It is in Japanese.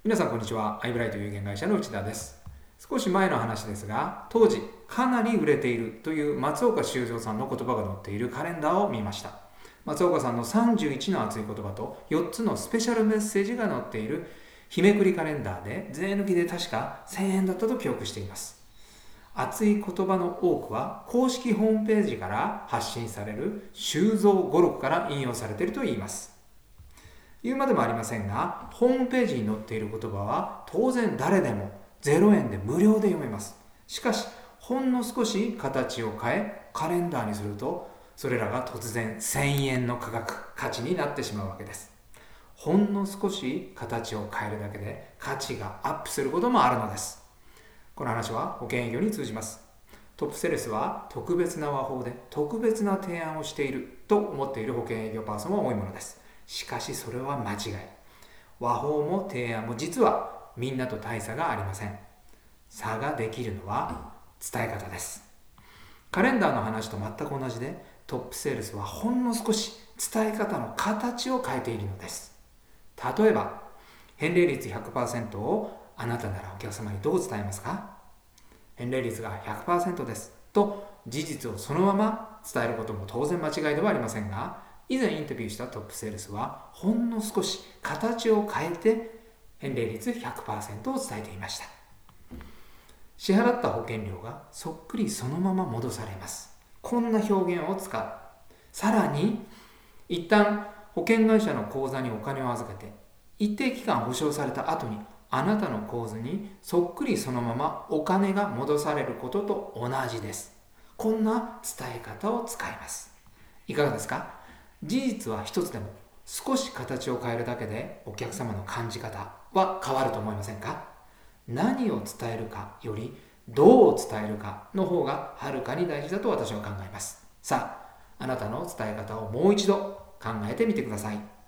皆さんこんにちは。アイブライト有限会社の内田です。少し前の話ですが、当時かなり売れているという松岡修造さんの言葉が載っているカレンダーを見ました。松岡さんの31の熱い言葉と4つのスペシャルメッセージが載っている日めくりカレンダーで、税抜きで確か1000円だったと記憶しています。熱い言葉の多くは公式ホームページから発信される修造語録から引用されているといいます。言うまでもありませんが、ホームページに載っている言葉は当然誰でも0円で無料で読めます。しかし、ほんの少し形を変えカレンダーにすると、それらが突然1000円の価値になってしまうわけです。ほんの少し形を変えるだけで価値がアップすることもあるのです。この話は保険営業に通じます。トップセールスは特別な和法で特別な提案をしていると思っている保険営業パーソンは多いものです。しかしそれは間違い。和法も提案も実はみんなと大差がありません。差ができるのは伝え方です。カレンダーの話と全く同じで、トップセールスはほんの少し伝え方の形を変えているのです。例えば、返礼率 100% をあなたならお客様にどう伝えますか？返礼率が 100% ですと事実をそのまま伝えることも当然間違いではありませんが、以前インタビューしたトップセールスはほんの少し形を変えて返礼率 100% を伝えていました。支払った保険料がそっくりそのまま戻されます。こんな表現を使う。さらに、一旦保険会社の口座にお金を預けて一定期間保証された後にあなたの口座にそっくりそのままお金が戻されることと同じです。こんな伝え方を使います。いかがですか？事実は一つでも少し形を変えるだけでお客様の感じ方は変わると思いませんか？何を伝えるかよりどう伝えるかの方がはるかに大事だと私は考えます。さあ、あなたの伝え方をもう一度考えてみてください。